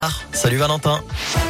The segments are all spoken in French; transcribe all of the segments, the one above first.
Salut Valentin.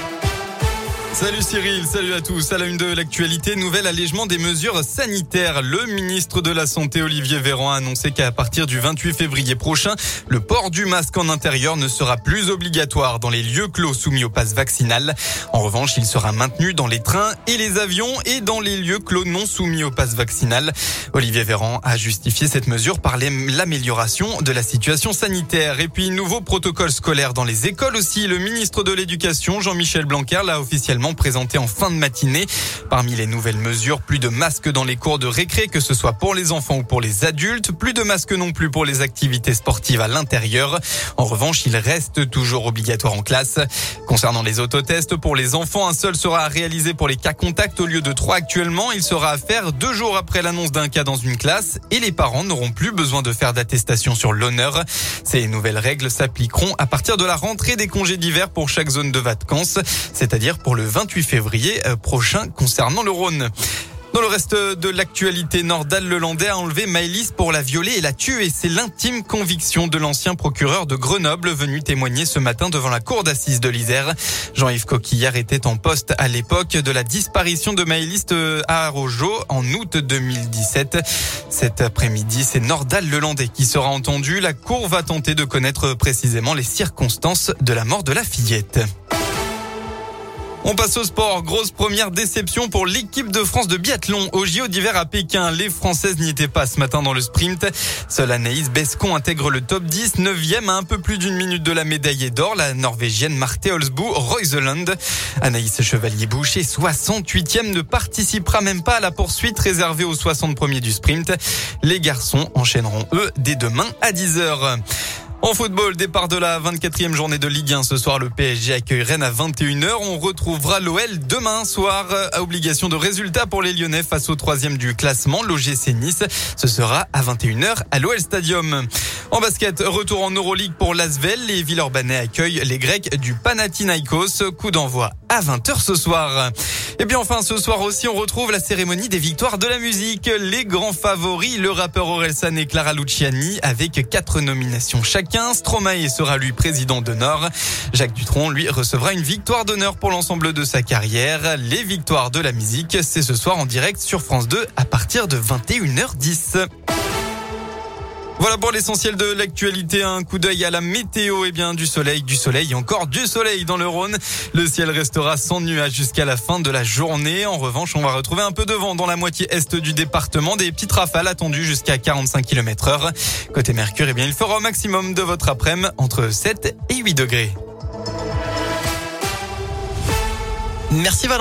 Salut Cyril, salut à tous. À la une de l'actualité, nouvel allègement des mesures sanitaires. Le ministre de la Santé, Olivier Véran, a annoncé qu'à partir du 28 février prochain, le port du masque en intérieur ne sera plus obligatoire dans les lieux clos soumis au pass vaccinal. En revanche, il sera maintenu dans les trains et les avions et dans les lieux clos non soumis au pass vaccinal. Olivier Véran a justifié cette mesure par l'amélioration de la situation sanitaire. Et puis, nouveau protocole scolaire dans les écoles aussi. Le ministre de l'Éducation, Jean-Michel Blanquer, l'a officiellement présenté en fin de matinée. Parmi les nouvelles mesures, plus de masques dans les cours de récré, que ce soit pour les enfants ou pour les adultes. Plus de masques non plus pour les activités sportives à l'intérieur. En revanche, il reste toujours obligatoire en classe. Concernant les autotests pour les enfants, un seul sera réalisé pour les cas contacts au lieu de 3 actuellement. Il sera à faire 2 jours après l'annonce d'un cas dans une classe et les parents n'auront plus besoin de faire d'attestation sur l'honneur. Ces nouvelles règles s'appliqueront à partir de la rentrée des congés d'hiver pour chaque zone de vacances, c'est-à-dire pour le 28 février prochain concernant le Rhône. Dans le reste de l'actualité, Nordal-Lelandais a enlevé Maëlys pour la violer et la tuer. C'est l'intime conviction de l'ancien procureur de Grenoble venu témoigner ce matin devant la cour d'assises de l'Isère. Jean-Yves Coquillard était en poste à l'époque de la disparition de Maëlys à Arojo en août 2017. Cet après-midi, c'est Nordal-Lelandais qui sera entendu. La cour va tenter de connaître précisément les circonstances de la mort de la fillette. On passe au sport. Grosse première déception pour l'équipe de France de biathlon au JO d'hiver à Pékin. Les Françaises n'y étaient pas ce matin dans le sprint. Seule Anaïs Bescon intègre le top 10, 9e à un peu plus d'une minute de la médaille d'or, la Norvégienne Marte Olsbu Røiseland. Anaïs Chevalier-Boucher, 68e, ne participera même pas à la poursuite réservée aux 60 premiers du sprint. Les garçons enchaîneront eux dès demain à 10h. En football, départ de la 24e journée de Ligue 1. Ce soir, le PSG accueille Rennes à 21h. On retrouvera l'OL demain soir à obligation de résultat pour les Lyonnais face au 3e du classement, l'OGC Nice. Ce sera à 21h à l'OL Stadium. En basket, retour en Euroleague pour l'Asvel. Les Villeurbanais accueillent les Grecs du Panathinaikos. Coup d'envoi à 20h ce soir. Et puis enfin, ce soir aussi, on retrouve la cérémonie des victoires de la musique. Les grands favoris, le rappeur Orelsan et Clara Luciani, avec 4 nominations chacun. Stromae sera lui président d'honneur. Jacques Dutronc, lui, recevra une victoire d'honneur pour l'ensemble de sa carrière. Les victoires de la musique, c'est ce soir en direct sur France 2 à partir de 21h10. Voilà pour l'essentiel de l'actualité. Un coup d'œil à la météo. Eh bien, du soleil et encore du soleil dans le Rhône. Le ciel restera sans nuages jusqu'à la fin de la journée. En revanche, on va retrouver un peu de vent dans la moitié est du département. Des petites rafales attendues jusqu'à 45 km/h. Côté Mercure, eh bien, il fera au maximum de votre après-midi entre 7 et 8 degrés. Merci Valentin.